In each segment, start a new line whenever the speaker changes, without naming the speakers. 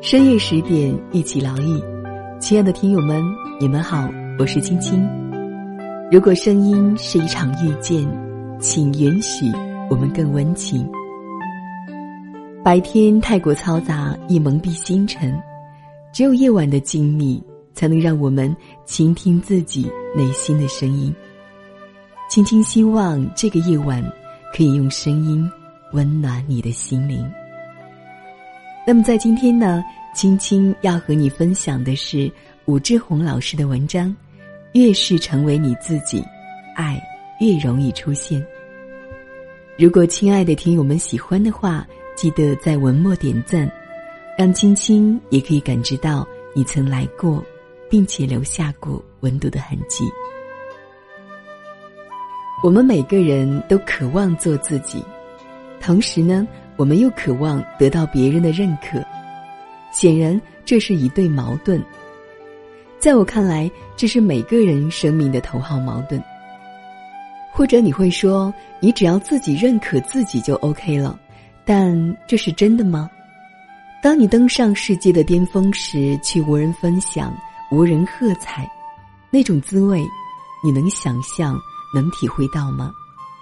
深夜10点，一起劳逸。亲爱的听友们，你们好，我是青青。如果声音是一场遇见，请允许我们更温情。白天太过嘈杂，易蒙蔽星辰，只有夜晚的静谧，才能让我们倾听自己内心的声音。青青希望这个夜晚可以用声音温暖你的心灵。那么在今天呢，青青要和你分享的是武志红老师的文章，越是成为你自己，爱越容易出现。如果亲爱的听友们喜欢的话，记得在文末点赞，让青青也可以感知到你曾来过，并且留下过温度的痕迹。我们每个人都渴望做自己，同时呢，我们又渴望得到别人的认可。显然这是一对矛盾，在我看来，这是每个人生命的头号矛盾。或者你会说，你只要自己认可自己就 OK 了，但这是真的吗？当你登上世界的巅峰时，却无人分享，无人喝彩，那种滋味你能想象，能体会到吗？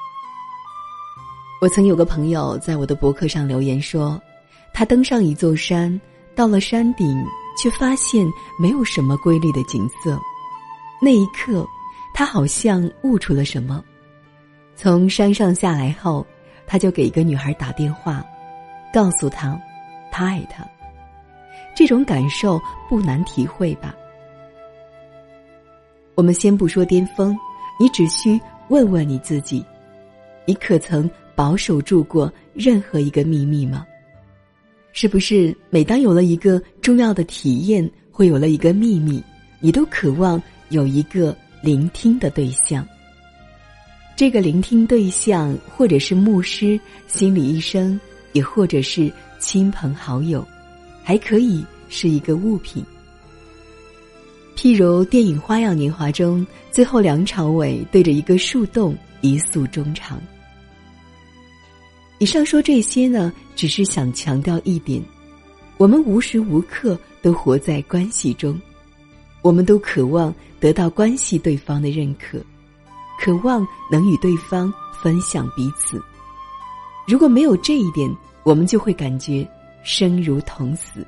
我曾有个朋友在我的博客上留言说，他登上一座山，到了山顶却发现没有什么瑰丽的景色。那一刻他好像悟出了什么。从山上下来后，他就给一个女孩打电话，告诉她他爱她。这种感受不难体会吧？我们先不说巅峰，你只需问问你自己，你可曾保守住过任何一个秘密吗？是不是每当有了一个重要的体验，会有了一个秘密，你都渴望有一个聆听的对象？这个聆听对象或者是牧师、心理医生，也或者是亲朋好友，还可以是一个物品。譬如电影《花样年华》中，最后梁朝伟对着一个树洞一诉衷肠。以上说这些呢，只是想强调一点，我们无时无刻都活在关系中，我们都渴望得到关系对方的认可，渴望能与对方分享彼此。如果没有这一点，我们就会感觉生如同死。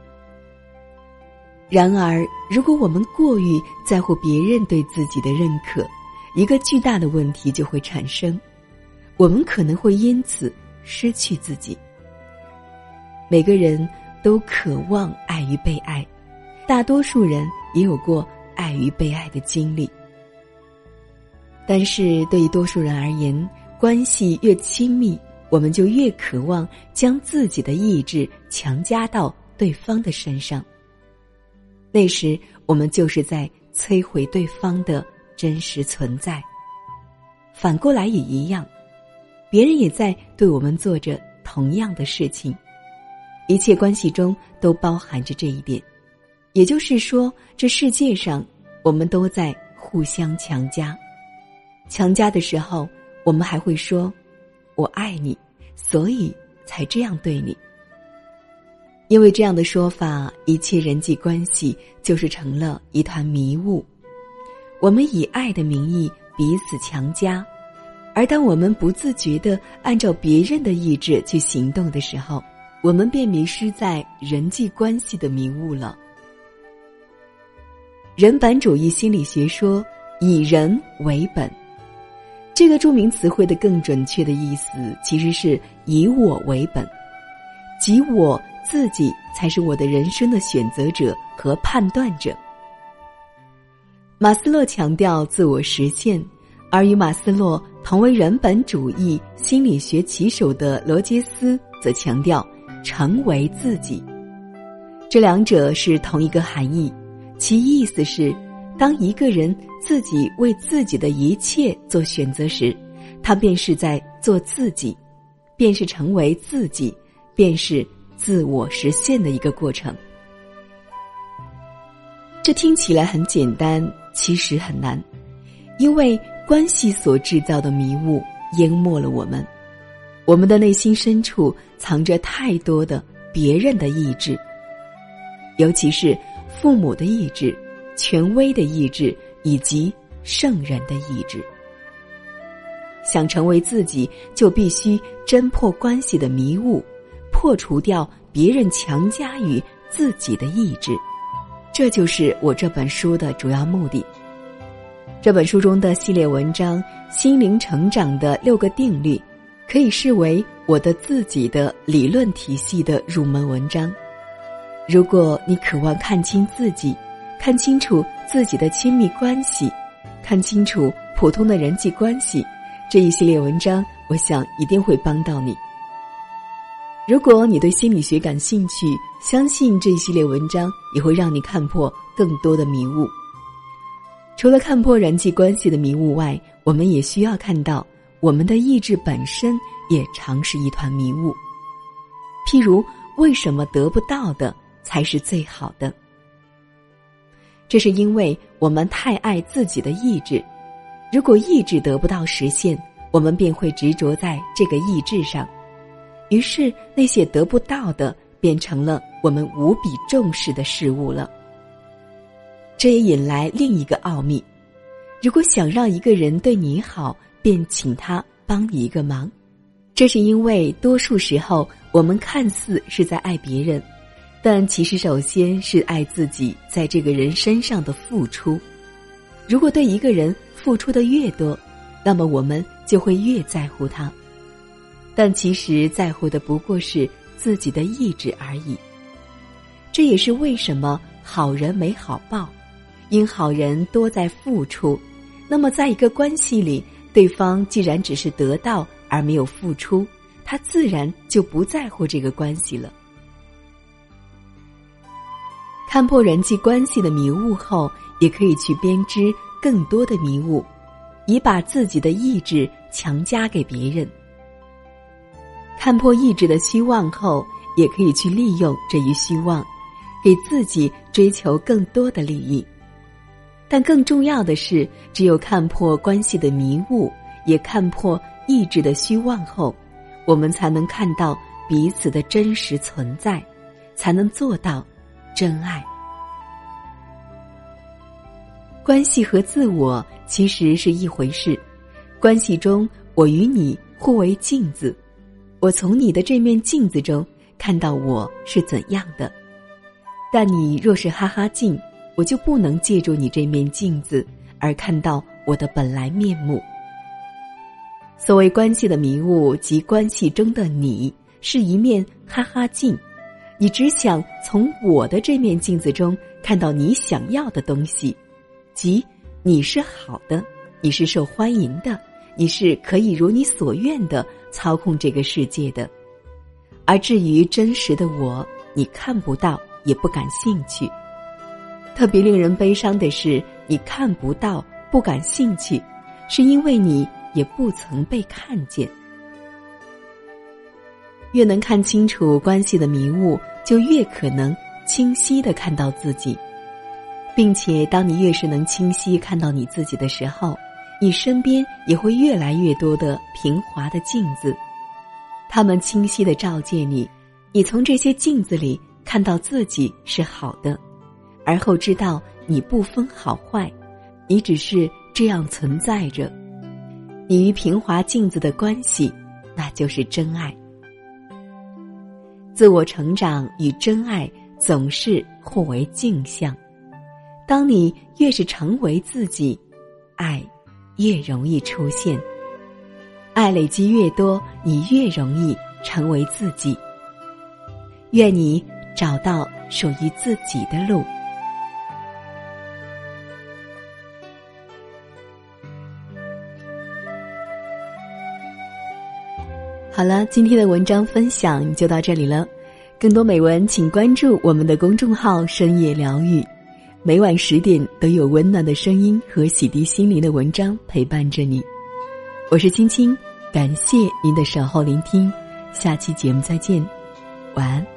然而，如果我们过于在乎别人对自己的认可，一个巨大的问题就会产生，我们可能会因此失去自己。每个人都渴望爱与被爱，大多数人也有过爱与被爱的经历。但是对于多数人而言，关系越亲密，我们就越渴望将自己的意志强加到对方的身上。那时我们就是在摧毁对方的真实存在。反过来也一样，别人也在对我们做着同样的事情。一切关系中都包含着这一点，也就是说，这世界上我们都在互相强加。强加的时候，我们还会说我爱你，所以才这样对你。因为这样的说法，一切人际关系就是成了一团迷雾。我们以爱的名义彼此强加，而当我们不自觉地按照别人的意志去行动的时候，我们便迷失在人际关系的迷雾了。人本主义心理学说，以人为本。这个著名词汇的更准确的意思其实是以我为本，即我自己才是我的人生的选择者和判断者。马斯洛强调自我实现，而与马斯洛同为人本主义心理学旗手的罗杰斯则强调成为自己。这两者是同一个含义，其意思是，当一个人自己为自己的一切做选择时，他便是在做自己，便是成为自己，便是自我实现的一个过程。这听起来很简单，其实很难，因为关系所制造的迷雾淹没了我们，我们的内心深处藏着太多的别人的意志， 尤其是父母的意志、权威的意志以及圣人的意志。想成为自己，就必须侦破关系的迷雾，破除掉别人强加于自己的意志。这就是我这本书的主要目的。这本书中的系列文章心灵成长的6个定律，可以视为我的自己的理论体系的入门文章。如果你渴望看清自己，看清楚自己的亲密关系，看清楚普通的人际关系，这一系列文章我想一定会帮到你。如果你对心理学感兴趣，相信这一系列文章也会让你看破更多的迷雾。除了看破人际关系的迷雾外，我们也需要看到我们的意志本身也常是一团迷雾。譬如，为什么得不到的才是最好的？这是因为我们太爱自己的意志。如果意志得不到实现，我们便会执着在这个意志上，于是那些得不到的变成了我们无比重视的事物了。这也引来另一个奥秘，如果想让一个人对你好，便请他帮你一个忙。这是因为多数时候我们看似是在爱别人，但其实首先是爱自己在这个人身上的付出。如果对一个人付出的越多，那么我们就会越在乎他，但其实在乎的不过是自己的意志而已。这也是为什么好人没好报，因好人多在付出。那么在一个关系里，对方既然只是得到而没有付出，他自然就不在乎这个关系了。看破人际关系的迷雾后，也可以去编织更多的迷雾，以把自己的意志强加给别人。看破意志的虚妄后，也可以去利用这一虚妄，给自己追求更多的利益。但更重要的是，只有看破关系的迷雾，也看破意志的虚妄后，我们才能看到彼此的真实存在，才能做到真爱。关系和自我其实是一回事，关系中我与你互为镜子，我从你的这面镜子中看到我是怎样的，但你若是哈哈镜，我就不能借助你这面镜子而看到我的本来面目。所谓关系的迷雾及关系中的你，是一面哈哈镜，你只想从我的这面镜子中看到你想要的东西，即你是好的，你是受欢迎的，你是可以如你所愿的操控这个世界的。而至于真实的我，你看不到，也不感兴趣。特别令人悲伤的是，你看不到，不感兴趣，是因为你也不曾被看见。越能看清楚关系的迷雾，就越可能清晰地看到自己。并且当你越是能清晰看到你自己的时候，你身边也会越来越多的平滑的镜子，它们清晰地照见你，你从这些镜子里看到自己是好的，而后知道你不分好坏，你只是这样存在着。你与平滑镜子的关系，那就是真爱。自我成长与真爱总是互为镜像。当你越是成为自己，爱越容易出现。爱累积越多，你越容易成为自己。愿你找到属于自己的路。好了，今天的文章分享就到这里了。更多美文请关注我们的公众号深夜疗愈，每晚10点都有温暖的声音和洗涤心灵的文章陪伴着你。我是青青，感谢您的守候聆听，下期节目再见，晚安。